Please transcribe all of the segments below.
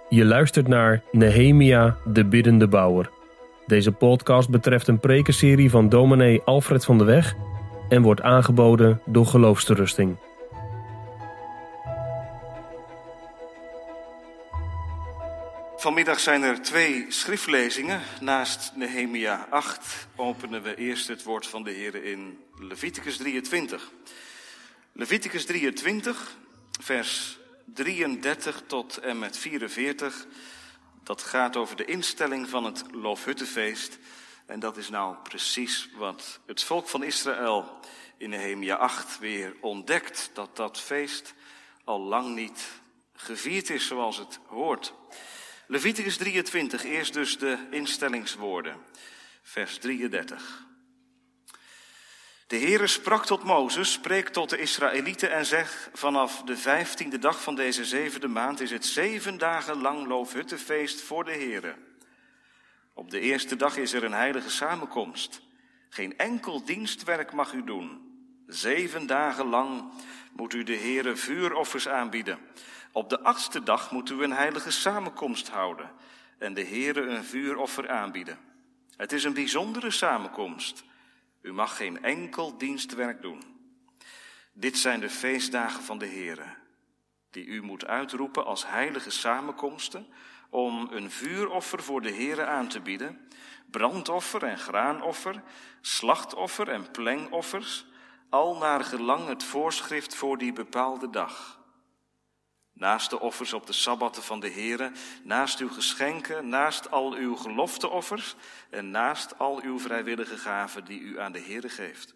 Je luistert naar Nehemia, de biddende bouwer. Deze podcast betreft een prekenserie van dominee Alfred van de Weg en wordt aangeboden door Geloofsterusting. Vanmiddag zijn er 2 schriftlezingen. Naast Nehemia 8 openen we eerst het woord van de Heer in Leviticus 23. Leviticus 23, vers 33 tot en met 44. Dat gaat over de instelling van het Loofhuttenfeest. En dat is nou precies wat het volk van Israël in Nehemia 8 weer ontdekt. Dat dat feest al lang niet gevierd is zoals het hoort. Leviticus 23, eerst dus de instellingswoorden, vers 33. De Heere sprak tot Mozes, spreek tot de Israëlieten en zeg, vanaf de 15e dag van deze 7e maand is het 7 dagen lang Loofhuttenfeest voor de Heere. Op de eerste dag is er een heilige samenkomst. Geen enkel dienstwerk mag u doen. 7 dagen lang moet u de Heere vuuroffers aanbieden. Op de 8e dag moet u een heilige samenkomst houden en de Heere een vuuroffer aanbieden. Het is een bijzondere samenkomst. U mag geen enkel dienstwerk doen. Dit zijn de feestdagen van de Heere, die u moet uitroepen als heilige samenkomsten, om een vuuroffer voor de Heere aan te bieden, brandoffer en graanoffer, slachtoffer en plengoffers, al naar gelang het voorschrift voor die bepaalde dag. Naast de offers op de sabbatten van de Heere, naast uw geschenken, naast al uw gelofteoffers en naast al uw vrijwillige gaven die u aan de Heere geeft.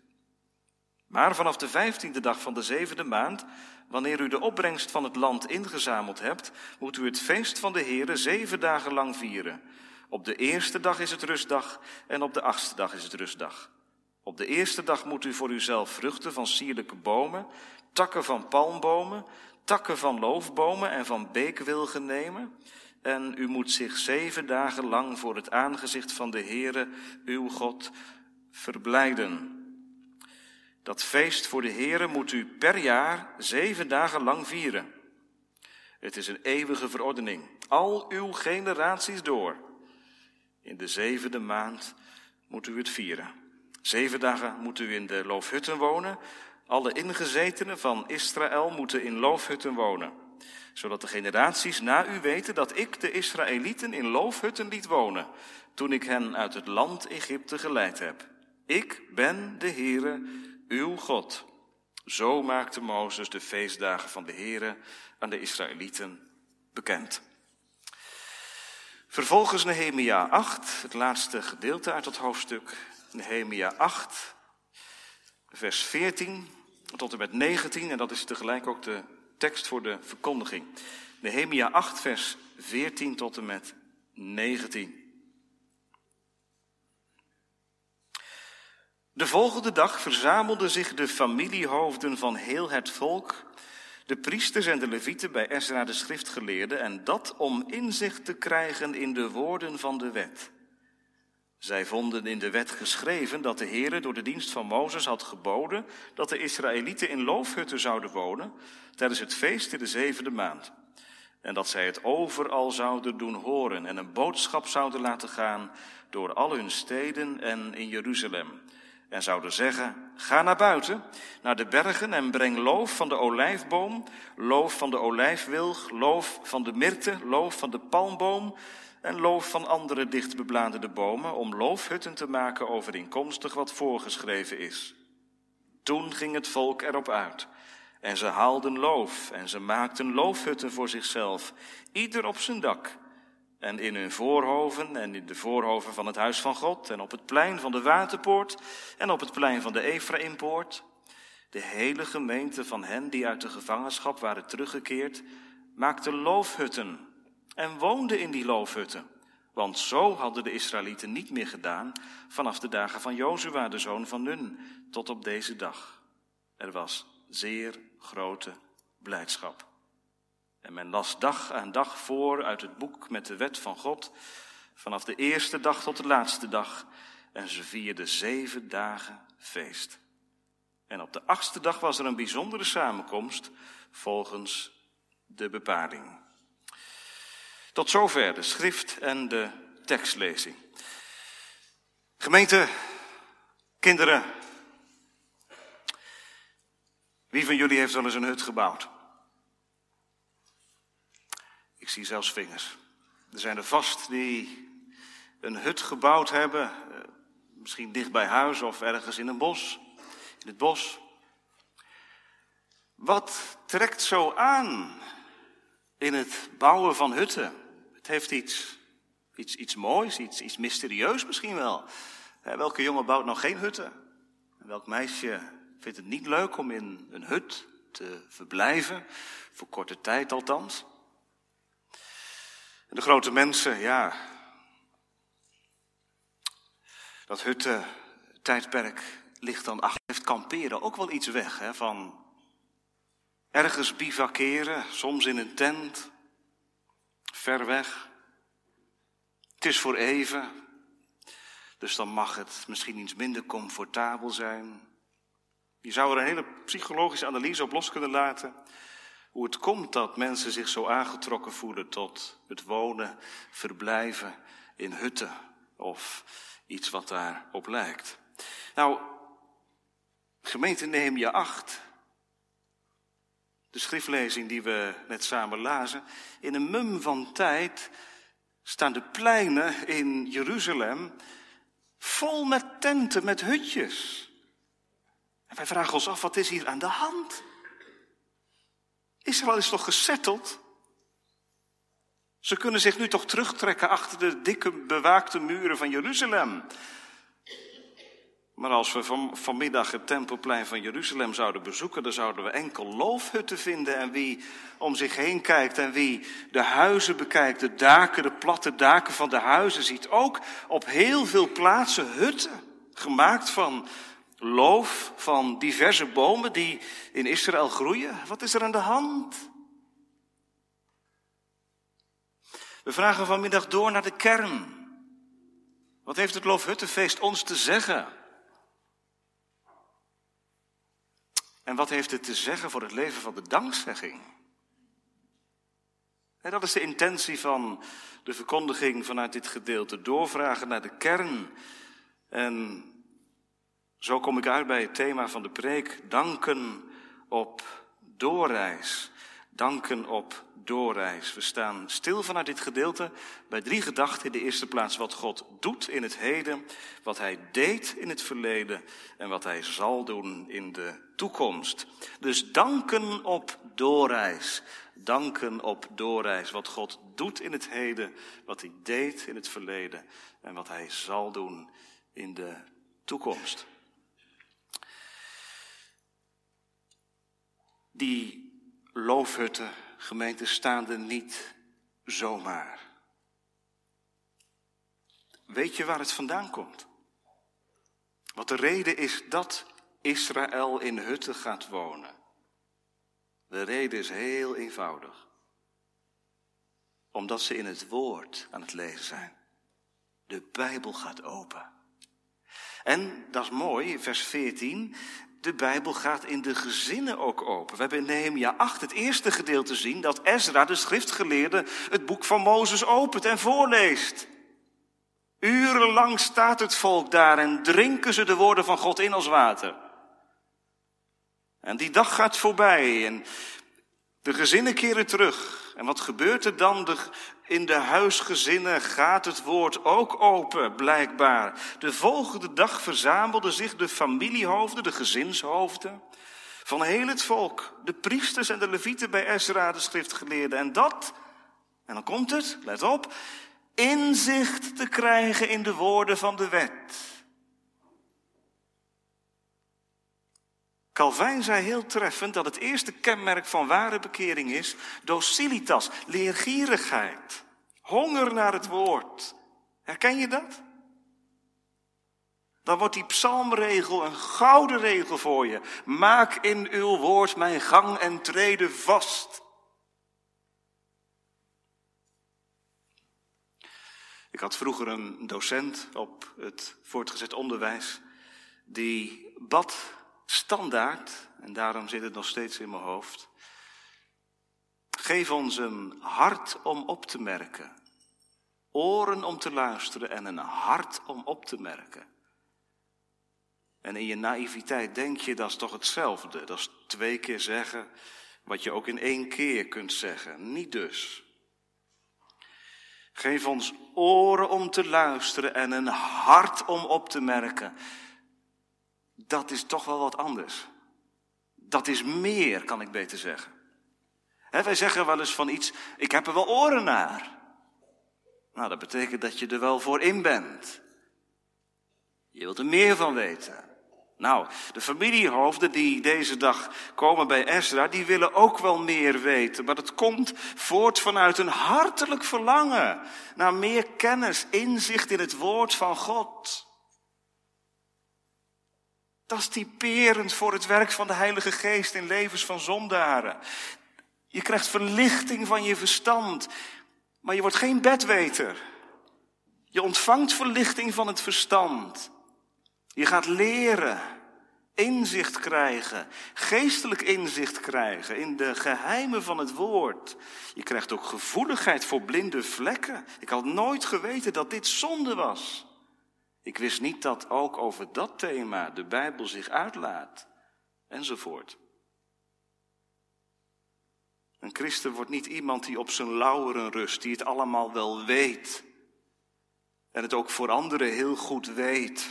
Maar vanaf de 15e dag van de 7e maand, wanneer u de opbrengst van het land ingezameld hebt, moet u het feest van de Heere 7 dagen lang vieren. Op de eerste dag is het rustdag en op de 8e dag is het rustdag. Op de eerste dag moet u voor uzelf vruchten van sierlijke bomen, takken van palmbomen, takken van loofbomen en van beekwilgen nemen. En u moet zich 7 dagen lang voor het aangezicht van de Heere, uw God, verblijden. Dat feest voor de Heere moet u per jaar 7 dagen lang vieren. Het is een eeuwige verordening, al uw generaties door. In de 7e maand moet u het vieren. 7 dagen moet u in de loofhutten wonen. Alle ingezetenen van Israël moeten in loofhutten wonen, zodat de generaties na u weten dat ik de Israëlieten in loofhutten liet wonen, toen ik hen uit het land Egypte geleid heb. Ik ben de Heere, uw God. Zo maakte Mozes de feestdagen van de Heere aan de Israëlieten bekend. Vervolgens Nehemia 8, het laatste gedeelte uit dat hoofdstuk. Nehemia 8, vers 14 tot en met 19, en dat is tegelijk ook de tekst voor de verkondiging. Nehemia 8, vers 14 tot en met 19. De volgende dag verzamelden zich de familiehoofden van heel het volk, de priesters en de levieten bij Ezra de schriftgeleerde, en dat om inzicht te krijgen in de woorden van de wet. Zij vonden in de wet geschreven dat de Heere door de dienst van Mozes had geboden dat de Israëlieten in loofhutten zouden wonen tijdens het feest in de 7e maand. En dat zij het overal zouden doen horen en een boodschap zouden laten gaan door al hun steden en in Jeruzalem. En zouden zeggen, ga naar buiten, naar de bergen en breng loof van de olijfboom, loof van de olijfwilg, loof van de myrte, loof van de palmboom en loof van andere dichtbebladerde bomen, om loofhutten te maken overeenkomstig wat voorgeschreven is. Toen ging het volk erop uit, en ze haalden loof, en ze maakten loofhutten voor zichzelf, ieder op zijn dak, en in hun voorhoven, en in de voorhoven van het huis van God, en op het plein van de Waterpoort, en op het plein van de Efraïmpoort. De hele gemeente van hen die uit de gevangenschap waren teruggekeerd, maakte loofhutten en woonden in die loofhutten. Want zo hadden de Israëlieten niet meer gedaan vanaf de dagen van Jozua, de zoon van Nun, tot op deze dag. Er was zeer grote blijdschap. En men las dag aan dag voor uit het boek met de wet van God, vanaf de eerste dag tot de laatste dag. En ze vierden 7 dagen feest. En op de 8e dag was er een bijzondere samenkomst volgens de bepaling. Tot zover de schrift en de tekstlezing. Gemeente, kinderen, wie van jullie heeft wel eens een hut gebouwd? Ik zie zelfs vingers. Er zijn er vast die een hut gebouwd hebben, misschien dicht bij huis of ergens in het bos. Wat trekt zo aan in het bouwen van hutten? Het heeft iets moois, iets mysterieus misschien wel. Welke jongen bouwt nou geen hutten? En welk meisje vindt het niet leuk om in een hut te verblijven? Voor korte tijd althans. En de grote mensen, ja. Dat huttentijdperk ligt dan achter. Heeft kamperen ook wel iets weg, hè? Van ergens bivakeren, soms in een tent, ver weg. Het is voor even, dus dan mag het misschien iets minder comfortabel zijn. Je zou er een hele psychologische analyse op los kunnen laten. Hoe het komt dat mensen zich zo aangetrokken voelen tot het wonen, verblijven in hutten of iets wat daarop lijkt. Nou, gemeente Nehemia 8, de schriftlezing die we net samen lazen. In een mum van tijd staan de pleinen in Jeruzalem vol met tenten, met hutjes. En wij vragen ons af, wat is hier aan de hand? Israël is toch gesetteld? Ze kunnen zich nu toch terugtrekken achter de dikke bewaakte muren van Jeruzalem. Maar als we vanmiddag het Tempelplein van Jeruzalem zouden bezoeken, dan zouden we enkel loofhutten vinden. En wie om zich heen kijkt en wie de huizen bekijkt, de daken, de platte daken van de huizen, ziet ook op heel veel plaatsen hutten, gemaakt van loof, van diverse bomen die in Israël groeien. Wat is er aan de hand? We vragen vanmiddag door naar de kern. Wat heeft het Loofhuttenfeest ons te zeggen? En wat heeft het te zeggen voor het leven van de dankzegging? En dat is de intentie van de verkondiging vanuit dit gedeelte. Doorvragen naar de kern. En zo kom ik uit bij het thema van de preek. Danken op doorreis. Danken op doorreis. We staan stil vanuit dit gedeelte bij 3 gedachten. In de eerste plaats wat God doet in het heden, wat hij deed in het verleden en wat hij zal doen in de toekomst. Dus danken op doorreis. Danken op doorreis. Wat God doet in het heden, wat hij deed in het verleden en wat hij zal doen in de toekomst. Die loofhutten, gemeenten, staan er niet zomaar. Weet je waar het vandaan komt? Wat de reden is dat Israël in hutten gaat wonen. De reden is heel eenvoudig. Omdat ze in het woord aan het lezen zijn. De Bijbel gaat open. En, dat is mooi, vers 14... de Bijbel gaat in de gezinnen ook open. We hebben in Nehemia 8 het eerste gedeelte zien dat Ezra, de schriftgeleerde, het boek van Mozes opent en voorleest. Urenlang staat het volk daar en drinken ze de woorden van God in als water. En die dag gaat voorbij en de gezinnen keren terug. En wat gebeurt er dan? In de huisgezinnen gaat het woord ook open, blijkbaar. De volgende dag verzamelden zich de familiehoofden, de gezinshoofden, van heel het volk. De priesters en de levieten bij Ezra, de schriftgeleerde. En dan komt het, let op, inzicht te krijgen in de woorden van de wet. Calvijn zei heel treffend dat het eerste kenmerk van ware bekering is docilitas, leergierigheid, honger naar het woord. Herken je dat? Dan wordt die psalmregel een gouden regel voor je. Maak in uw woord mijn gang en treden vast. Ik had vroeger een docent op het voortgezet onderwijs die bad standaard, en daarom zit het nog steeds in mijn hoofd, Geef ons een hart om op te merken. Oren om te luisteren en een hart om op te merken. En in je naïviteit denk je, dat is toch hetzelfde. Dat is 2 keer zeggen wat je ook in 1 keer kunt zeggen. Niet dus. Geef ons oren om te luisteren en een hart om op te merken. Dat is toch wel wat anders. Dat is meer, kan ik beter zeggen. Wij zeggen wel eens van iets, ik heb er wel oren naar. Nou, dat betekent dat je er wel voor in bent. Je wilt er meer van weten. Nou, de familiehoofden die deze dag komen bij Ezra, die willen ook wel meer weten. Maar dat komt voort vanuit een hartelijk verlangen naar meer kennis, inzicht in het woord van God. Dat is typerend voor het werk van de Heilige Geest in levens van zondaren. Je krijgt verlichting van je verstand, maar je wordt geen bedweter. Je ontvangt verlichting van het verstand. Je gaat leren, inzicht krijgen, geestelijk inzicht krijgen in de geheimen van het woord. Je krijgt ook gevoeligheid voor blinde vlekken. Ik had nooit geweten dat dit zonde was. Ik wist niet dat ook over dat thema de Bijbel zich uitlaat, enzovoort. Een christen wordt niet iemand die op zijn lauweren rust, die het allemaal wel weet. En het ook voor anderen heel goed weet.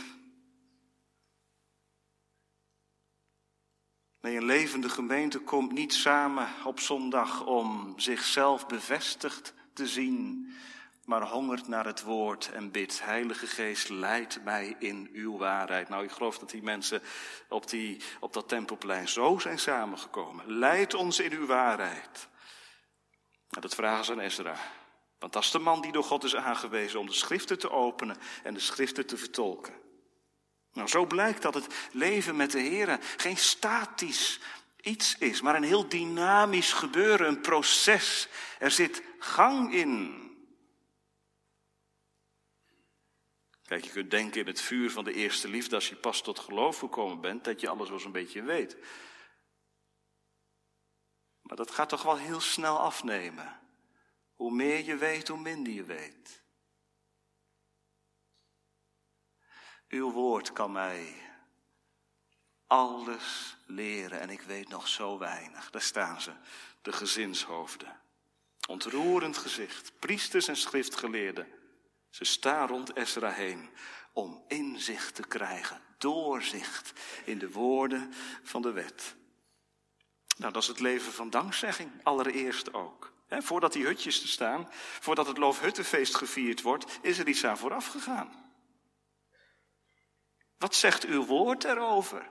Nee, een levende gemeente komt niet samen op zondag om zichzelf bevestigd te zien, maar hongert naar het woord en bidt, Heilige Geest, leid mij in uw waarheid. Nou, ik geloof dat die mensen op dat Tempelplein zo zijn samengekomen. Leid ons in uw waarheid. Nou, dat vragen ze aan Ezra. Want dat is de man die door God is aangewezen om de schriften te openen en de schriften te vertolken. Nou, zo blijkt dat het leven met de Heere geen statisch iets is, maar een heel dynamisch gebeuren, een proces. Er zit gang in. Kijk, je kunt denken in het vuur van de eerste liefde, als je pas tot geloof gekomen bent, dat je alles wel zo'n beetje weet. Maar dat gaat toch wel heel snel afnemen. Hoe meer je weet, hoe minder je weet. Uw woord kan mij alles leren en ik weet nog zo weinig. Daar staan ze, de gezinshoofden. Ontroerend gezicht, priesters en schriftgeleerden. Ze staan rond Ezra heen om inzicht te krijgen, doorzicht in de woorden van de wet. Nou, dat is het leven van dankzegging, allereerst ook. Voordat die hutjes er staan, voordat het Loofhuttenfeest gevierd wordt, is er iets aan vooraf gegaan. Wat zegt uw woord erover?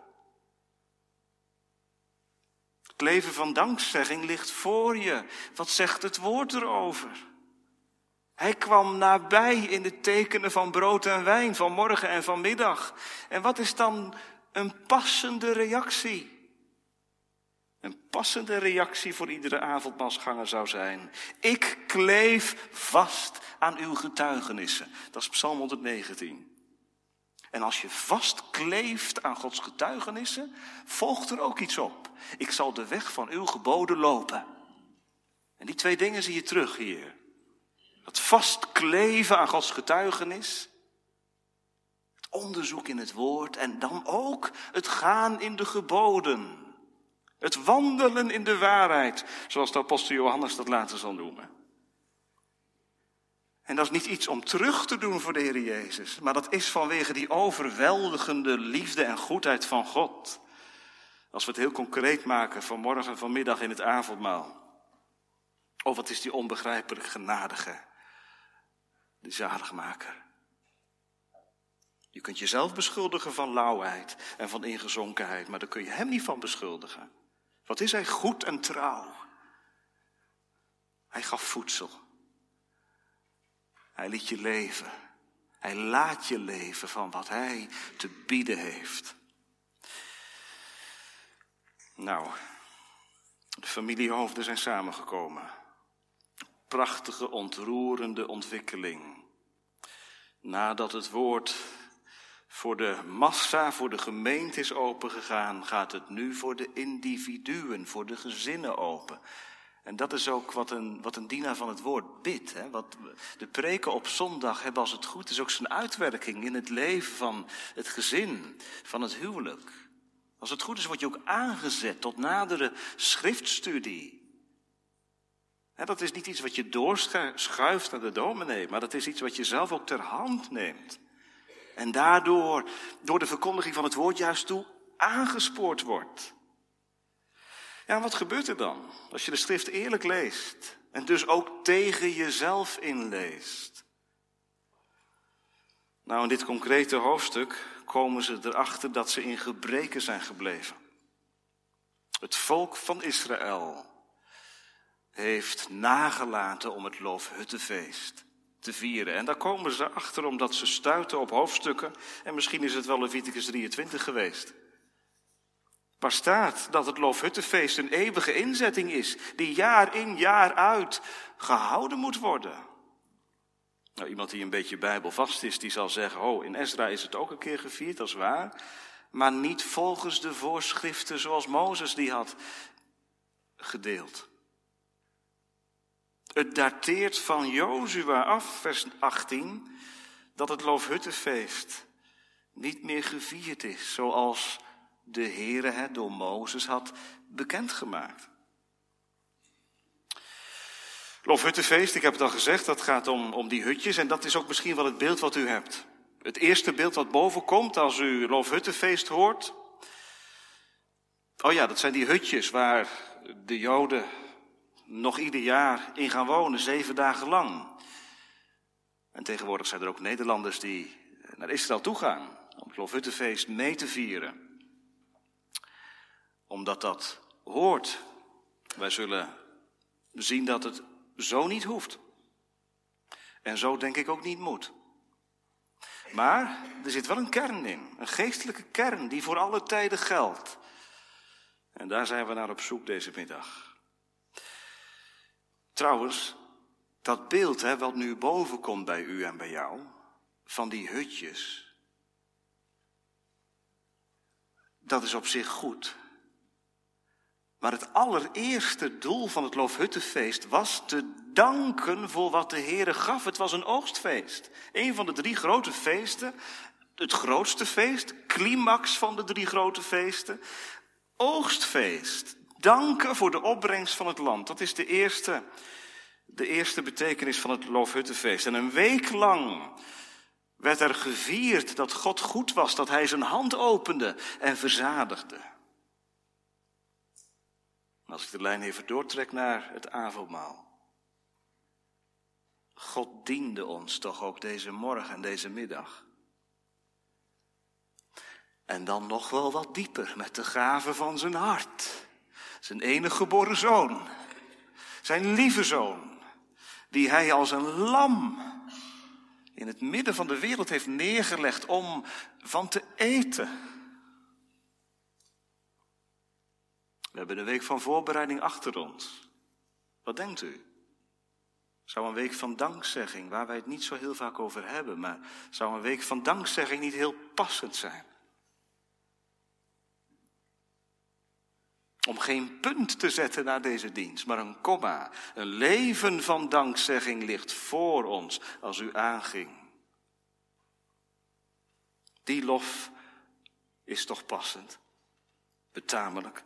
Het leven van dankzegging ligt voor je. Wat zegt het woord erover? Hij kwam nabij in de tekenen van brood en wijn, van morgen en van middag. En wat is dan een passende reactie? Een passende reactie voor iedere avondmaalsganger zou zijn: ik kleef vast aan uw getuigenissen. Dat is Psalm 119. En als je vastkleeft aan Gods getuigenissen, volgt er ook iets op. Ik zal de weg van uw geboden lopen. En die 2 dingen zie je terug hier. Dat vastkleven aan Gods getuigenis, het onderzoek in het woord en dan ook het gaan in de geboden. Het wandelen in de waarheid, zoals de apostel Johannes dat later zal noemen. En dat is niet iets om terug te doen voor de Heer Jezus, maar dat is vanwege die overweldigende liefde en goedheid van God. Als we het heel concreet maken vanmorgen en vanmiddag in het avondmaal. Oh, wat is die onbegrijpelijk genadige, die zaligmaker. Je kunt jezelf beschuldigen van lauwheid en van ingezonkenheid, maar daar kun je hem niet van beschuldigen. Wat is hij goed en trouw. Hij gaf voedsel. Hij liet je leven. Hij laat je leven van wat hij te bieden heeft. Nou, de familiehoofden zijn samengekomen. Prachtige, ontroerende ontwikkeling. Nadat het woord voor de massa, voor de gemeente is opengegaan, gaat het nu voor de individuen, voor de gezinnen open. En dat is ook wat een dienaar van het woord bidt. Hè? Wat de preken op zondag hebben, als het goed is, ook zijn uitwerking in het leven van het gezin, van het huwelijk. Als het goed is, word je ook aangezet tot nadere schriftstudie. Dat is niet iets wat je doorschuift naar de dominee, maar dat is iets wat je zelf ook ter hand neemt. En daardoor, door de verkondiging van het woord juist toe, aangespoord wordt. Ja, wat gebeurt er dan als je de schrift eerlijk leest en dus ook tegen jezelf inleest? Nou, in dit concrete hoofdstuk komen ze erachter dat ze in gebreken zijn gebleven. Het volk van Israël heeft nagelaten om het Loofhuttenfeest te vieren. En daar komen ze achter omdat ze stuiten op hoofdstukken. En misschien is het wel Leviticus 23 geweest. Waar staat dat het Loofhuttenfeest een eeuwige inzetting is, die jaar in jaar uit gehouden moet worden. Nou, iemand die een beetje bijbelvast is, die zal zeggen, in Ezra is het ook een keer gevierd, dat is waar. Maar niet volgens de voorschriften zoals Mozes die had gedeeld. Het dateert van Jozua af, vers 18, dat het Loofhuttenfeest niet meer gevierd is, zoals de Heere het door Mozes had bekendgemaakt. Loofhuttenfeest, ik heb het al gezegd, dat gaat om die hutjes en dat is ook misschien wel het beeld wat u hebt. Het eerste beeld wat boven komt als u Loofhuttenfeest hoort. Dat zijn die hutjes waar de Joden nog ieder jaar in gaan wonen, 7 dagen lang. En tegenwoordig zijn er ook Nederlanders die naar Israël toe gaan om het Loofhuttenfeest mee te vieren. Omdat dat hoort. Wij zullen zien dat het zo niet hoeft. En zo denk ik ook niet moet. Maar er zit wel een kern in. Een geestelijke kern die voor alle tijden geldt. En daar zijn we naar op zoek deze middag. Trouwens, dat beeld wat nu boven komt bij u en bij jou, van die hutjes, dat is op zich goed. Maar het allereerste doel van het Loofhuttenfeest was te danken voor wat de Heere gaf. Het was een oogstfeest. Een van de 3 grote feesten. Het grootste feest, climax van de 3 grote feesten. Oogstfeest. Danken voor de opbrengst van het land. Dat is de eerste betekenis van het Loofhuttenfeest. En een week lang werd er gevierd dat God goed was, dat hij zijn hand opende en verzadigde. Als ik de lijn even doortrek naar het avondmaal. God diende ons toch ook deze morgen en deze middag. En dan nog wel wat dieper met de gave van zijn hart. Zijn enige geboren zoon. Zijn lieve zoon. Die hij als een lam in het midden van de wereld heeft neergelegd om van te eten. We hebben een week van voorbereiding achter ons. Wat denkt u? Zou een week van dankzegging, waar wij het niet zo heel vaak over hebben, maar zou een week van dankzegging niet heel passend zijn? Om geen punt te zetten naar deze dienst, maar een komma. Een leven van dankzegging ligt voor ons als u aanging. Die lof is toch passend, betamelijk.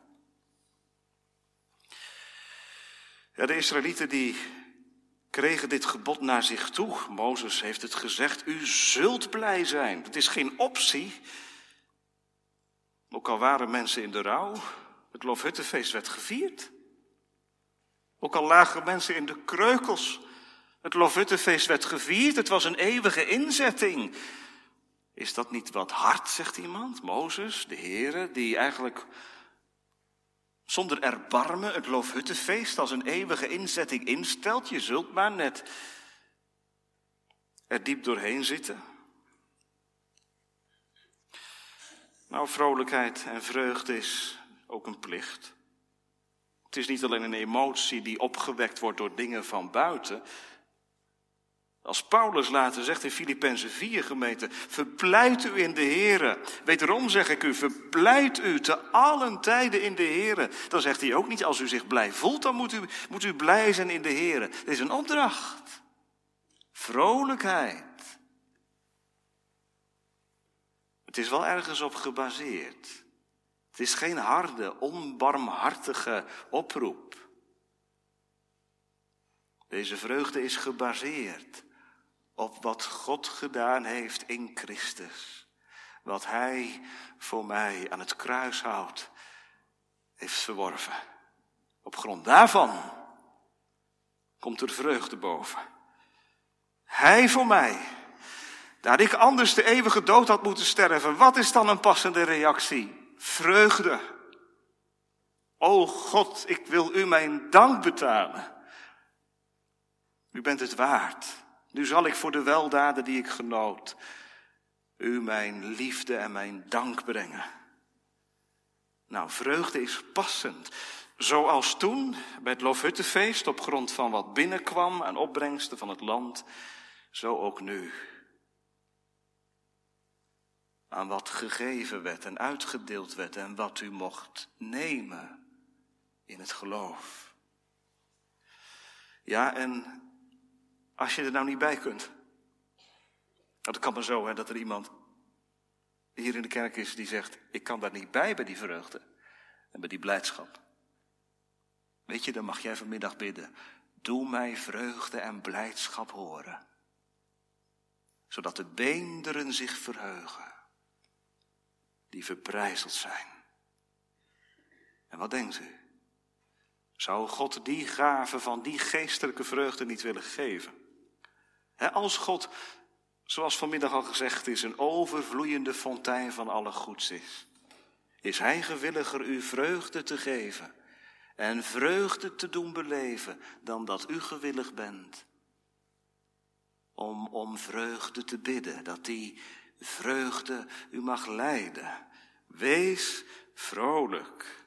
Ja, de Israëlieten die kregen dit gebod naar zich toe. Mozes heeft het gezegd, u zult blij zijn. Het is geen optie. Ook al waren mensen in de rouw, het Loofhuttenfeest werd gevierd. Ook al lagen mensen in de kreukels, het Loofhuttenfeest werd gevierd. Het was een eeuwige inzetting. Is dat niet wat hard, zegt iemand? Mozes, de Heere, die eigenlijk zonder erbarmen het Loofhuttenfeest als een eeuwige inzetting instelt. Je zult maar net er diep doorheen zitten. Nou, vrolijkheid en vreugde is ook een plicht. Het is niet alleen een emotie die opgewekt wordt door dingen van buiten. Als Paulus later zegt in Filippenzen 4, gemeente, verpleit u in de Here. Wederom zeg ik u, verpleit u te allen tijden in de Here. Dan zegt hij ook niet, als u zich blij voelt, dan moet u blij zijn in de Here. Dit is een opdracht. Vrolijkheid. Het is wel ergens op gebaseerd. Het is geen harde, onbarmhartige oproep. Deze vreugde is gebaseerd op wat God gedaan heeft in Christus. Wat hij voor mij aan het kruishout heeft verworven. Op grond daarvan komt er vreugde boven. Hij voor mij, daar ik anders de eeuwige dood had moeten sterven. Wat is dan een passende reactie? Vreugde. O God, ik wil u mijn dank betalen. U bent het waard. Nu zal ik voor de weldaden die ik genoot u mijn liefde en mijn dank brengen. Nou, vreugde is passend. Zoals toen bij het Loofhuttenfeest op grond van wat binnenkwam aan opbrengsten van het land, zo ook nu. Aan wat gegeven werd en uitgedeeld werd en wat u mocht nemen in het geloof. Ja, en als je er nou niet bij kunt. Dat kan maar zo, dat er iemand hier in de kerk is die zegt, ik kan daar niet bij die vreugde en bij die blijdschap. Weet je, dan mag jij vanmiddag bidden. Doe mij vreugde en blijdschap horen. Zodat de beenderen zich verheugen. Die verbrijzeld zijn. En wat denkt u? Zou God die gave van die geestelijke vreugde niet willen geven? Als God, zoals vanmiddag al gezegd is, een overvloeiende fontein van alle goeds is hij gewilliger u vreugde te geven en vreugde te doen beleven dan dat u gewillig bent om vreugde te bidden, dat die vreugde u mag leiden. Wees vrolijk.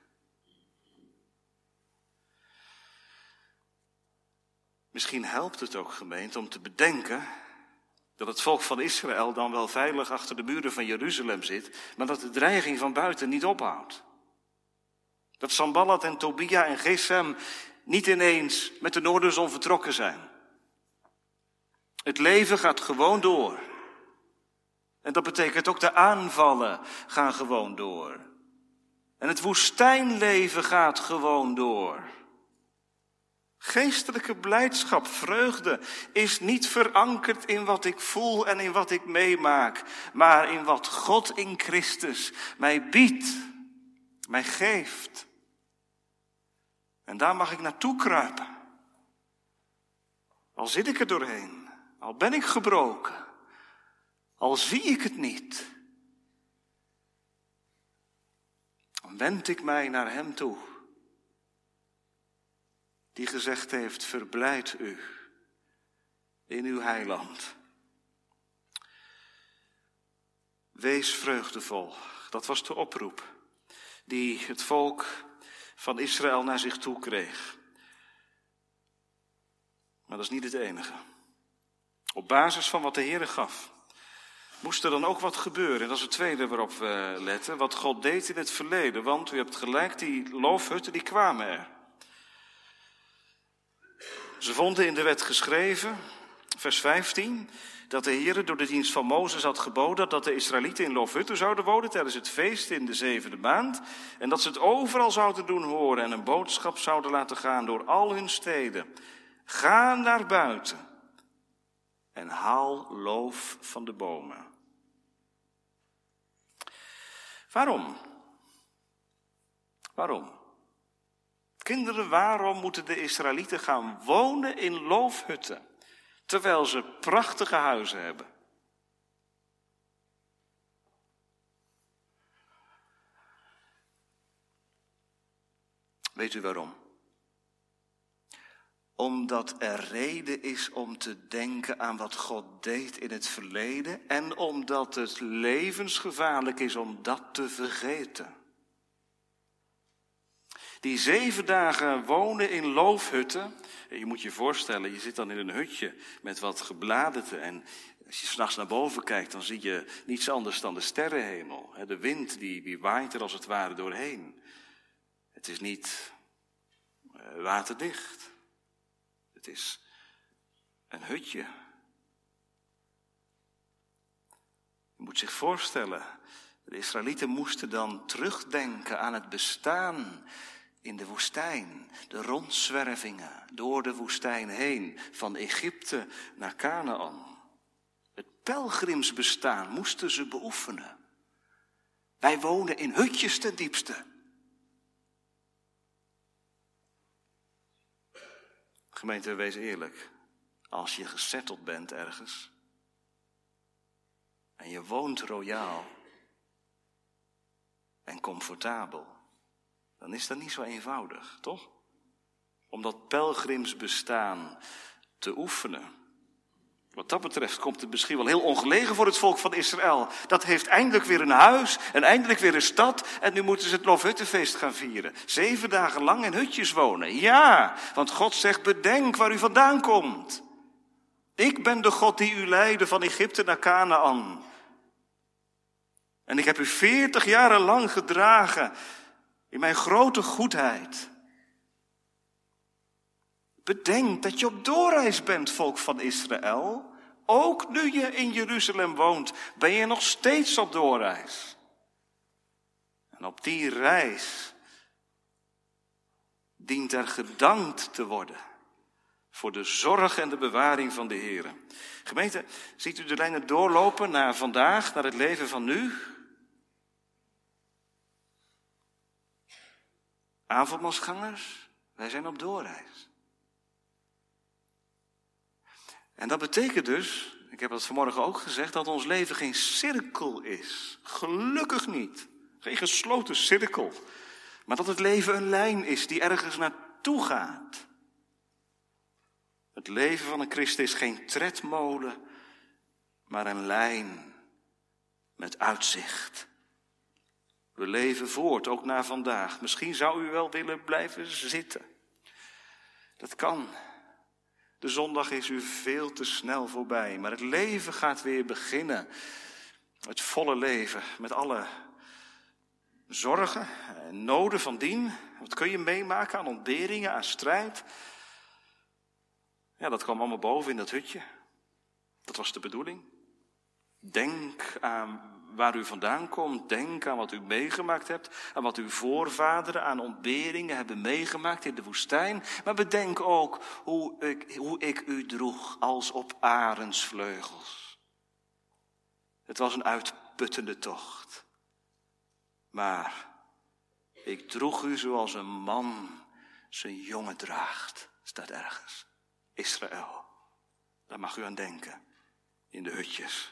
Misschien helpt het ook, gemeente, om te bedenken dat het volk van Israël dan wel veilig achter de muren van Jeruzalem zit, maar dat de dreiging van buiten niet ophoudt. Dat Sanballat en Tobia en Gesem niet ineens met de noorderzon vertrokken zijn. Het leven gaat gewoon door. En dat betekent ook de aanvallen gaan gewoon door. En het woestijnleven gaat gewoon door. Geestelijke blijdschap, vreugde is niet verankerd in wat ik voel en in wat ik meemaak, maar in wat God in Christus mij biedt, mij geeft. En daar mag ik naartoe kruipen. Al zit ik er doorheen, al ben ik gebroken, al zie ik het niet. Dan wend ik mij naar hem toe. Die gezegd heeft, verblijd u in uw heiland. Wees vreugdevol. Dat was de oproep die het volk van Israël naar zich toe kreeg. Maar dat is niet het enige. Op basis van wat de Heere gaf, moest er dan ook wat gebeuren. En dat is het tweede waarop we letten. Wat God deed in het verleden. Want u hebt gelijk, die loofhutten die kwamen er. Ze vonden in de wet geschreven, vers 15, dat de Heere door de dienst van Mozes had geboden dat de Israëlieten in loofhutten zouden wonen tijdens het feest in de 7e maand. En dat ze het overal zouden doen horen en een boodschap zouden laten gaan door al hun steden. Ga naar buiten en haal loof van de bomen. Waarom? Waarom? Kinderen, waarom moeten de Israëlieten gaan wonen in loofhutten, terwijl ze prachtige huizen hebben? Weet u waarom? Omdat er reden is om te denken aan wat God deed in het verleden en omdat het levensgevaarlijk is om dat te vergeten. Die 7 dagen wonen in loofhutten. Je moet je voorstellen, je zit dan in een hutje met wat gebladerte. En als je 's nachts naar boven kijkt, dan zie je niets anders dan de sterrenhemel. De wind die waait er als het ware doorheen. Het is niet waterdicht. Het is een hutje. Je moet zich voorstellen, de Israëlieten moesten dan terugdenken aan het bestaan in de woestijn. De rondzwervingen door de woestijn heen, van Egypte naar Kanaan. Het pelgrimsbestaan moesten ze beoefenen. Wij wonen in hutjes ten diepste. Gemeente, wees eerlijk. Als je gesetteld bent ergens en je woont royaal en comfortabel, dan is dat niet zo eenvoudig, toch? Om dat pelgrimsbestaan te oefenen. Wat dat betreft komt het misschien wel heel ongelegen voor het volk van Israël. Dat heeft eindelijk weer een huis en eindelijk weer een stad. En nu moeten ze het Loofhuttenfeest gaan vieren. 7 dagen lang in hutjes wonen. Ja, want God zegt, bedenk waar u vandaan komt. Ik ben de God die u leidde van Egypte naar Kanaan. En ik heb u 40 jaren lang gedragen in mijn grote goedheid. Bedenk dat je op doorreis bent, volk van Israël. Ook nu je in Jeruzalem woont, ben je nog steeds op doorreis. En op die reis dient er gedankt te worden voor de zorg en de bewaring van de Heer. Gemeente, ziet u de lijnen doorlopen naar vandaag, naar het leven van nu? Avondmaalsgangers, wij zijn op doorreis. En dat betekent dus, ik heb dat vanmorgen ook gezegd, dat ons leven geen cirkel is. Gelukkig niet. Geen gesloten cirkel. Maar dat het leven een lijn is die ergens naartoe gaat. Het leven van een christen is geen tredmolen, maar een lijn met uitzicht. We leven voort, ook na vandaag. Misschien zou u wel willen blijven zitten. Dat kan. De zondag is u veel te snel voorbij, maar het leven gaat weer beginnen. Het volle leven, met alle zorgen en noden van dien. Wat kun je meemaken aan ontberingen, aan strijd? Ja, dat kwam allemaal boven in dat hutje. Dat was de bedoeling. Denk aan waar u vandaan komt. Denk aan wat u meegemaakt hebt. Aan wat uw voorvaderen aan ontberingen hebben meegemaakt in de woestijn. Maar bedenk ook hoe ik u droeg als op arendsvleugels. Het was een uitputtende tocht. Maar ik droeg u zoals een man zijn jongen draagt. Staat ergens. Israël. Daar mag u aan denken. In de hutjes.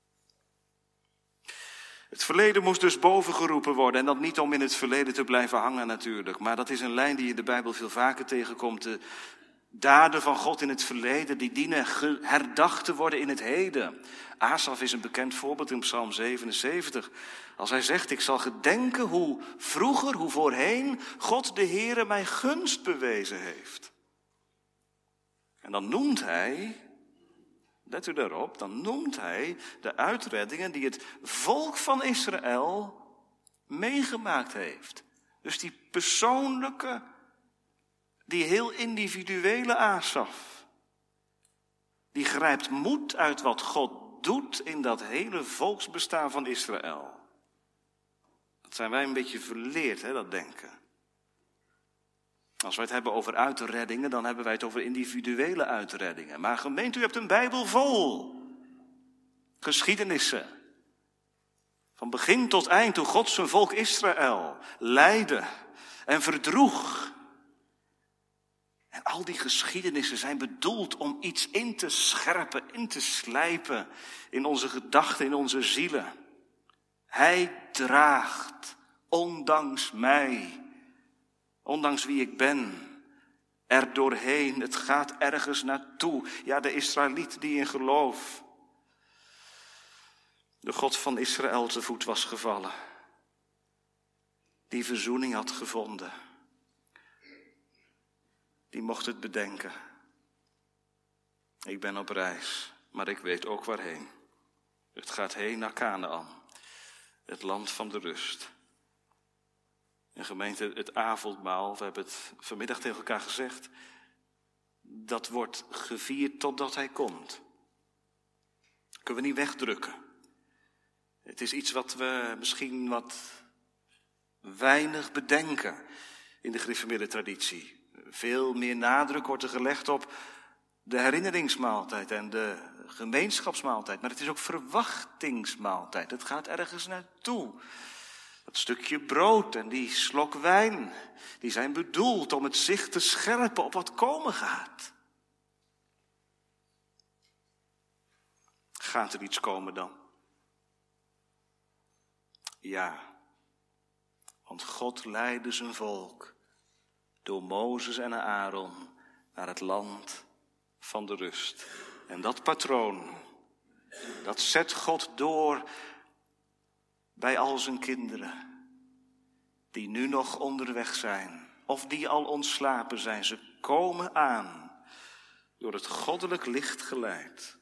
Het verleden moest dus bovengeroepen worden. En dat niet om in het verleden te blijven hangen natuurlijk. Maar dat is een lijn die je in de Bijbel veel vaker tegenkomt. De daden van God in het verleden, die dienen herdacht te worden in het heden. Asaf is een bekend voorbeeld in Psalm 77. Als hij zegt, ik zal gedenken hoe vroeger, hoe voorheen, God de Heere mij gunst bewezen heeft. En dan noemt hij, let u daarop, dan noemt hij de uitreddingen die het volk van Israël meegemaakt heeft. Dus die persoonlijke, die heel individuele Asaf, die grijpt moed uit wat God doet in dat hele volksbestaan van Israël. Dat zijn wij een beetje verleerd, dat denken. Als wij het hebben over uitreddingen, dan hebben wij het over individuele uitreddingen. Maar gemeente, u hebt een Bijbel vol geschiedenissen. Van begin tot eind, hoe God zijn volk Israël leidde en verdroeg. En al die geschiedenissen zijn bedoeld om iets in te scherpen, in te slijpen in onze gedachten, in onze zielen. Hij draagt, ondanks mij, ondanks wie ik ben, er doorheen. Het gaat ergens naartoe. Ja, de Israëliet die in geloof de God van Israël te voet was gevallen. Die verzoening had gevonden. die mocht het bedenken. Ik ben op reis, maar ik weet ook waarheen. Het gaat heen naar Kanaän, het land van de rust. En gemeente, het avondmaal, we hebben het vanmiddag tegen elkaar gezegd, dat wordt gevierd totdat hij komt. Dat kunnen we niet wegdrukken. Het is iets wat we misschien wat weinig bedenken in de gereformeerde traditie. Veel meer nadruk wordt er gelegd op de herinneringsmaaltijd en de gemeenschapsmaaltijd. Maar het is ook verwachtingsmaaltijd. Het gaat ergens naartoe. Dat stukje brood en die slok wijn, die zijn bedoeld om het zicht te scherpen op wat komen gaat. Gaat er iets komen dan? Ja, want God leidde zijn volk door Mozes en Aaron naar het land van de rust. En dat patroon, dat zet God door bij al zijn kinderen die nu nog onderweg zijn of die al ontslapen zijn. Ze komen aan door het goddelijk licht geleid.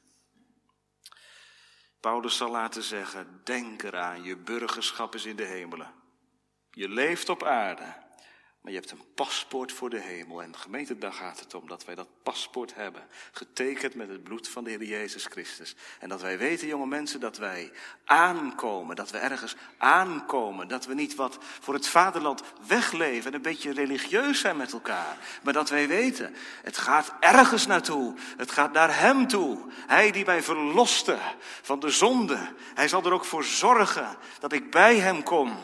Paulus zal laten zeggen, denk eraan, je burgerschap is in de hemelen. Je leeft op aarde, maar je hebt een paspoort voor de hemel. En gemeente, daar gaat het om, dat wij dat paspoort hebben. Getekend met het bloed van de Heer Jezus Christus. En dat wij weten, jonge mensen, dat wij aankomen. Dat we ergens aankomen. Dat we niet wat voor het vaderland wegleven en een beetje religieus zijn met elkaar. Maar dat wij weten, het gaat ergens naartoe. Het gaat naar hem toe. Hij die mij verloste van de zonde. Hij zal er ook voor zorgen dat ik bij hem kom.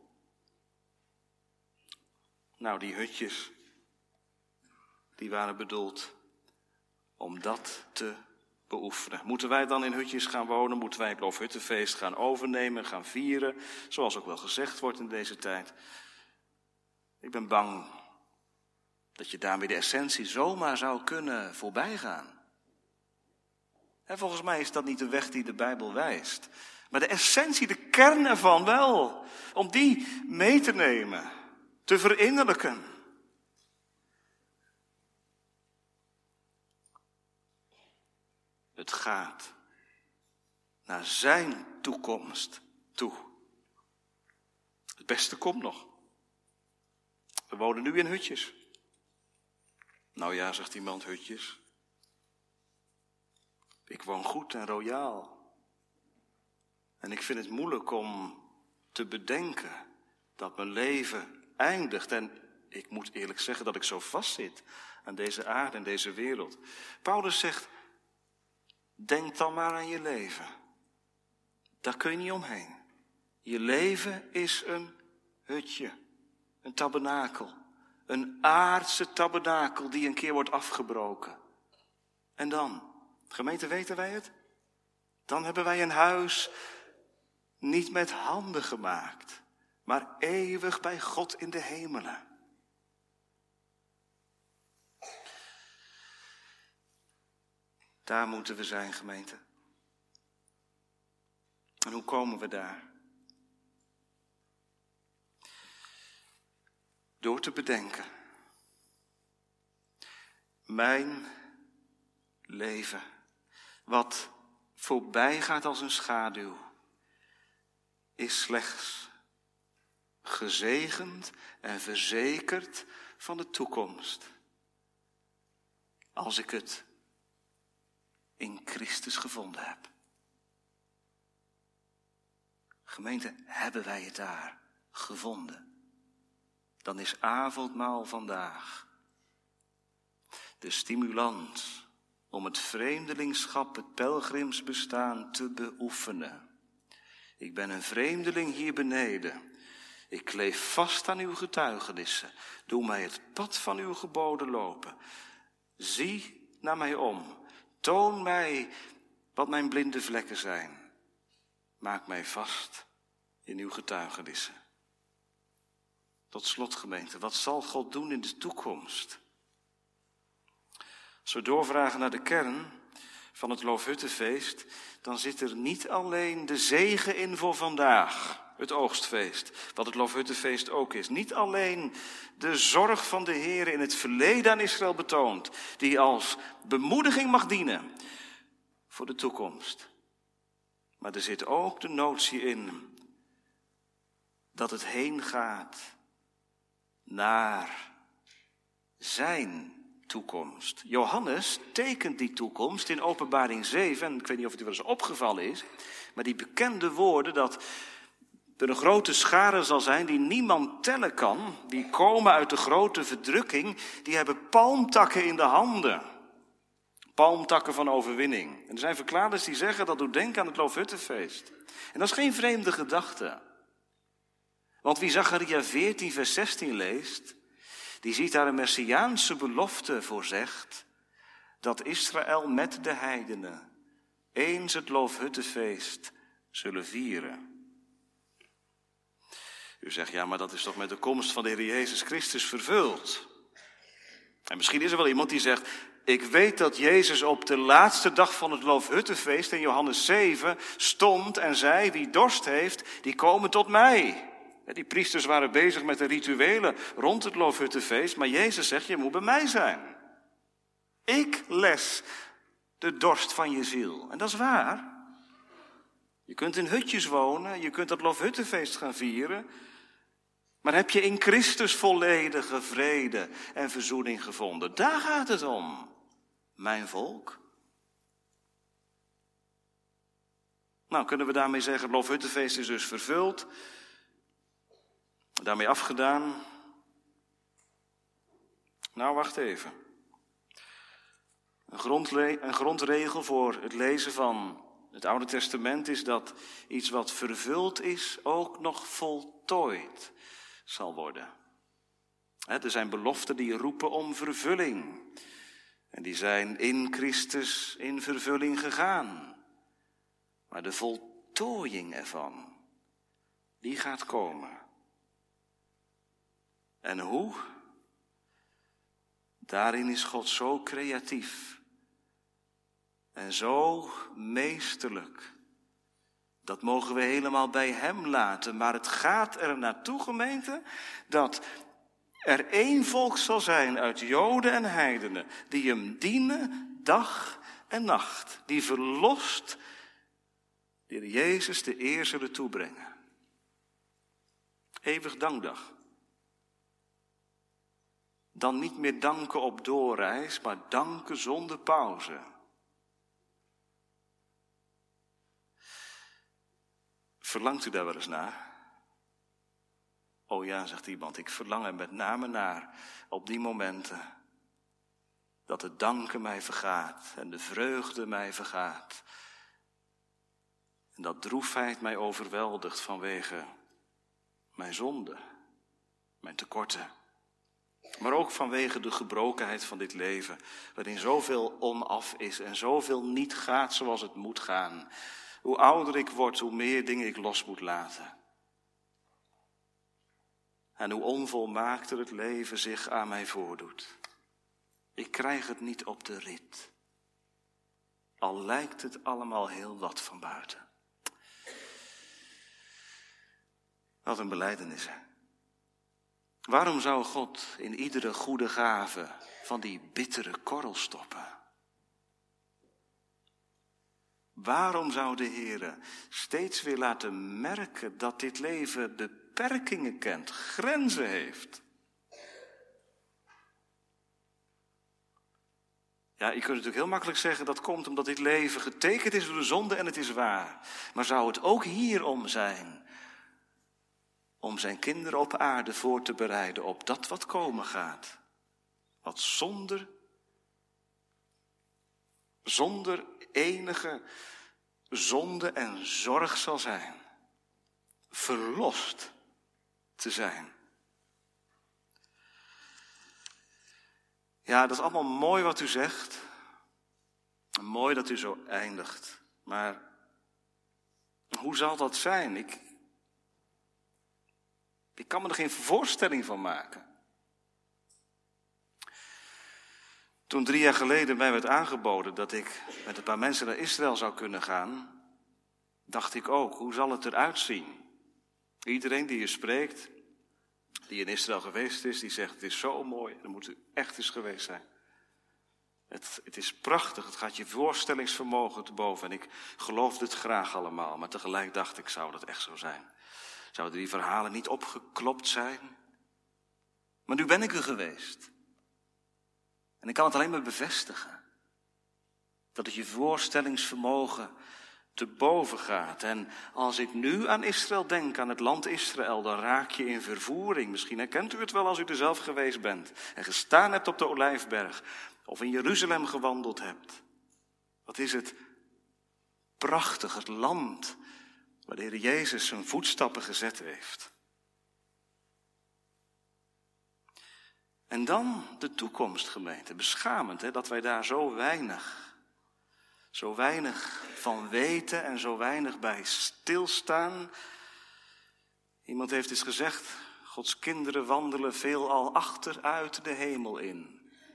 Nou, die hutjes, die waren bedoeld om dat te beoefenen. Moeten wij dan in hutjes gaan wonen? Moeten wij het Loofhuttenfeest gaan overnemen, gaan vieren? Zoals ook wel gezegd wordt in deze tijd. Ik ben bang dat je daarmee de essentie zomaar zou kunnen voorbijgaan. En volgens mij is dat niet de weg die de Bijbel wijst. Maar de essentie, de kern ervan wel. Om die mee te nemen. Te verinnerlijken. Het gaat naar zijn toekomst toe. Het beste komt nog. We wonen nu in hutjes. Nou ja, zegt iemand, hutjes. Ik woon goed en royaal. En ik vind het moeilijk om te bedenken dat mijn leven eindigt. En ik moet eerlijk zeggen dat ik zo vastzit aan deze aarde en deze wereld. Paulus zegt, denk dan maar aan je leven. Daar kun je niet omheen. Je leven is een hutje, een tabernakel. Een aardse tabernakel die een keer wordt afgebroken. En dan, gemeente, weten wij het? Dan hebben wij een huis niet met handen gemaakt, maar eeuwig bij God in de hemelen. Daar moeten we zijn, gemeente. En hoe komen we daar? Door te bedenken. Mijn leven, wat voorbij gaat als een schaduw, is slechts gezegend en verzekerd van de toekomst. Als ik het in Christus gevonden heb. Gemeente, hebben wij het daar gevonden? Dan is avondmaal vandaag de stimulans om het vreemdelingschap, het pelgrimsbestaan te beoefenen. Ik ben een vreemdeling hier beneden. Ik kleef vast aan uw getuigenissen. Doe mij het pad van uw geboden lopen. Zie naar mij om. Toon mij wat mijn blinde vlekken zijn. Maak mij vast in uw getuigenissen. Tot slot, gemeente, wat zal God doen in de toekomst? Als we doorvragen naar de kern, van het Loofhuttenfeest, dan zit er niet alleen de zegen in voor vandaag, het oogstfeest, wat het Loofhuttenfeest ook is. Niet alleen de zorg van de Heer in het verleden aan Israël betoont, die als bemoediging mag dienen voor de toekomst. Maar er zit ook de notie in dat het heen gaat naar zijn toekomst. Johannes tekent die toekomst in Openbaring 7. En ik weet niet of het u wel eens opgevallen is, maar die bekende woorden dat er een grote schare zal zijn die niemand tellen kan. Die komen uit de grote verdrukking. Die hebben palmtakken in de handen. Palmtakken van overwinning. En er zijn verklaarders die zeggen dat doet denken aan het Loofhuttenfeest. En dat is geen vreemde gedachte. Want wie Zacharia 14 vers 16 leest, die ziet daar een messiaanse belofte voorzegd, dat Israël met de heidenen eens het Loofhuttenfeest zullen vieren. U zegt, ja, maar dat is toch met de komst van de Heer Jezus Christus vervuld. En misschien is er wel iemand die zegt, ik weet dat Jezus op de laatste dag van het Loofhuttenfeest in Johannes 7 stond en zei, wie dorst heeft, die komen tot mij. Die priesters waren bezig met de rituelen rond het Loofhuttenfeest, maar Jezus zegt, je moet bij mij zijn. Ik les de dorst van je ziel. En dat is waar. Je kunt in hutjes wonen, je kunt het Loofhuttenfeest gaan vieren, maar heb je in Christus volledige vrede en verzoening gevonden? Daar gaat het om, mijn volk. Nou, kunnen we daarmee zeggen, het Loofhuttenfeest is dus vervuld. Daarmee afgedaan. Nou, wacht even. Een grondregel voor het lezen van het Oude Testament is dat iets wat vervuld is ook nog voltooid zal worden. Er zijn beloften die roepen om vervulling. En die zijn in Christus in vervulling gegaan. Maar de voltooiing ervan, die gaat komen. En hoe? Daarin is God zo creatief en zo meesterlijk. Dat mogen we helemaal bij hem laten. Maar het gaat er naartoe, gemeente, dat er één volk zal zijn uit Joden en heidenen, die hem dienen dag en nacht. Die verlost, die Jezus de eer zullen toebrengen. Eeuwig dankdag. Dan niet meer danken op doorreis, maar danken zonder pauze. Verlangt u daar wel eens naar? Oh ja, zegt iemand, ik verlang er met name naar op die momenten dat het danken mij vergaat en de vreugde mij vergaat. En dat droefheid mij overweldigt vanwege mijn zonde, mijn tekorten. Maar ook vanwege de gebrokenheid van dit leven, waarin zoveel onaf is en zoveel niet gaat zoals het moet gaan. Hoe ouder ik word, hoe meer dingen ik los moet laten. En hoe onvolmaakter het leven zich aan mij voordoet. Ik krijg het niet op de rit. Al lijkt het allemaal heel wat van buiten. Wat een belijdenis, hè? Waarom zou God in iedere goede gave van die bittere korrel stoppen? Waarom zou de Heer steeds weer laten merken dat dit leven beperkingen kent, grenzen heeft? Ja, je kunt natuurlijk heel makkelijk zeggen dat komt omdat dit leven getekend is door de zonde en het is waar. Maar zou het ook hierom zijn? Om zijn kinderen op aarde voor te bereiden op dat wat komen gaat. Wat zonder enige zonde en zorg zal zijn. Verlost te zijn. Ja, dat is allemaal mooi wat u zegt. En mooi dat u zo eindigt. Maar hoe zal dat zijn? Ik kan me er geen voorstelling van maken. Toen 3 jaar geleden mij werd aangeboden dat ik met een paar mensen naar Israël zou kunnen gaan, dacht ik ook, hoe zal het eruit zien? Iedereen die je spreekt, die in Israël geweest is, die zegt, het is zo mooi, er moet u echt eens geweest zijn. Het is prachtig, het gaat je voorstellingsvermogen te boven. En ik geloofde het graag allemaal, maar tegelijk dacht ik, zou dat echt zo zijn? Zouden die verhalen niet opgeklopt zijn? Maar nu ben ik er geweest. En ik kan het alleen maar bevestigen. Dat het je voorstellingsvermogen te boven gaat. En als ik nu aan Israël denk, aan het land Israël, dan raak je in vervoering. Misschien herkent u het wel als u er zelf geweest bent. En gestaan hebt op de Olijfberg. Of in Jeruzalem gewandeld hebt. Wat is het prachtig, het land waar de Heer Jezus zijn voetstappen gezet heeft. En dan de toekomst, gemeente. Beschamend, hè, dat wij daar zo weinig van weten en zo weinig bij stilstaan. Iemand heeft eens gezegd, Gods kinderen wandelen veelal achteruit de hemel in.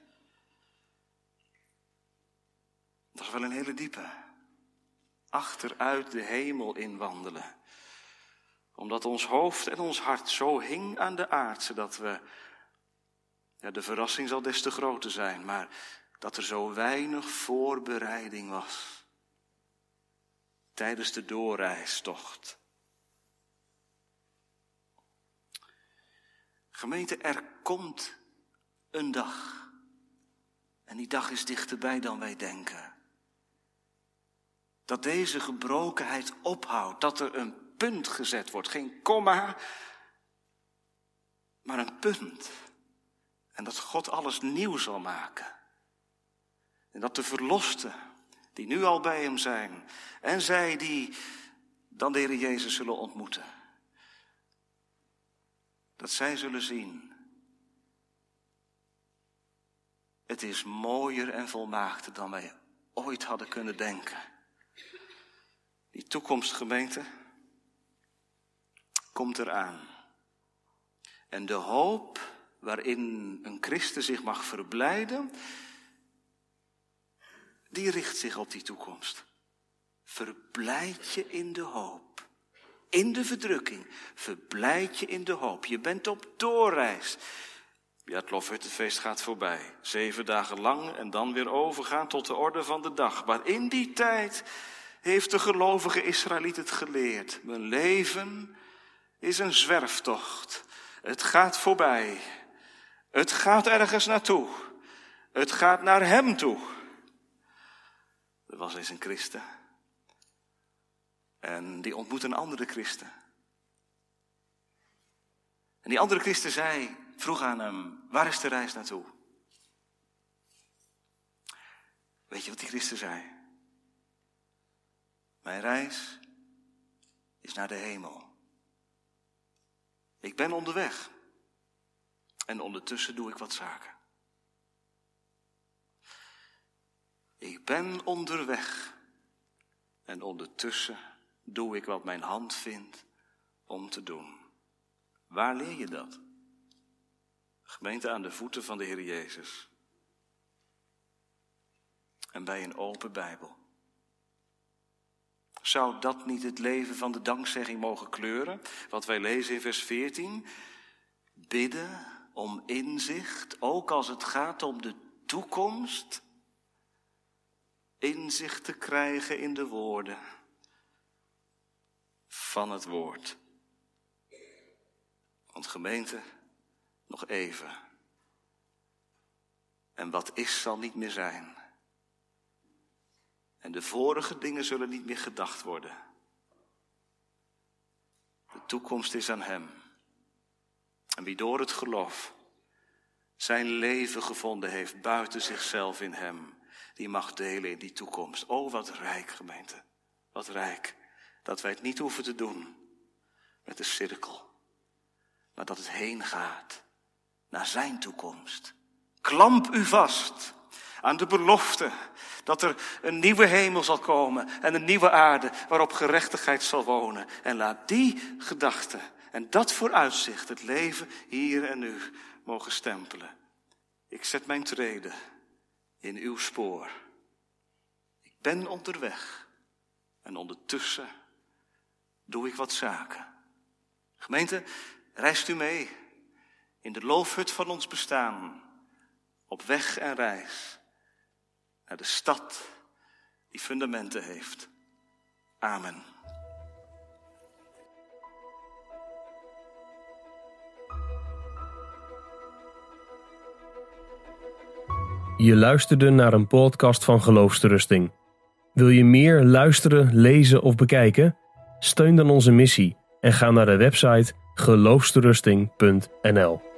Dat is wel een hele diepe. Achteruit de hemel in wandelen. Omdat ons hoofd en ons hart zo hing aan de aardse dat we... Ja, de verrassing zal des te groter zijn, maar dat er zo weinig voorbereiding was. Tijdens de doorreistocht. Gemeente, er komt een dag. En die dag is dichterbij dan wij denken. Dat deze gebrokenheid ophoudt, dat er een punt gezet wordt. Geen komma, maar een punt. En dat God alles nieuw zal maken. En dat de verlosten, die nu al bij hem zijn, en zij die dan de Heer Jezus zullen ontmoeten, dat zij zullen zien, het is mooier en volmaakter dan wij ooit hadden kunnen denken. Die toekomstgemeente komt eraan. En de hoop waarin een christen zich mag verblijden, die richt zich op die toekomst. Verblijd je in de hoop. In de verdrukking. Verblijd je in de hoop. Je bent op doorreis. Ja, het Loofhuttenfeest gaat voorbij. 7 dagen lang en dan weer overgaan tot de orde van de dag. Maar in die tijd heeft de gelovige Israëliet het geleerd. Mijn leven is een zwerftocht. Het gaat voorbij. Het gaat ergens naartoe. Het gaat naar hem toe. Er was eens een christen. En die ontmoette een andere christen. En die andere christen vroeg aan hem, waar is de reis naartoe? Weet je wat die christen zei? Mijn reis is naar de hemel. Ik ben onderweg. En ondertussen doe ik wat zaken. Ik ben onderweg. En ondertussen doe ik wat mijn hand vindt om te doen. Waar leer je dat? Gemeente, aan de voeten van de Heer Jezus. En bij een open Bijbel. Zou dat niet het leven van de dankzegging mogen kleuren? Wat wij lezen in vers 14. Bidden om inzicht, ook als het gaat om de toekomst. Inzicht te krijgen in de woorden van het woord. Want gemeente, nog even. En wat is, zal niet meer zijn. En de vorige dingen zullen niet meer gedacht worden. De toekomst is aan hem. En wie door het geloof zijn leven gevonden heeft buiten zichzelf in hem, die mag delen in die toekomst. Oh, wat rijk, gemeente. Wat rijk. Dat wij het niet hoeven te doen met de cirkel. Maar dat het heen gaat naar zijn toekomst. Klamp u vast aan de belofte dat er een nieuwe hemel zal komen en een nieuwe aarde waarop gerechtigheid zal wonen. En laat die gedachte en dat vooruitzicht het leven hier en nu mogen stempelen. Ik zet mijn treden in uw spoor. Ik ben onderweg en ondertussen doe ik wat zaken. Gemeente, reist u mee in de loofhut van ons bestaan, op weg en reis naar de stad die fundamenten heeft. Amen. Je luisterde naar een podcast van Geloofsterusting. Wil je meer luisteren, lezen of bekijken? Steun dan onze missie en ga naar de website geloofsterusting.nl.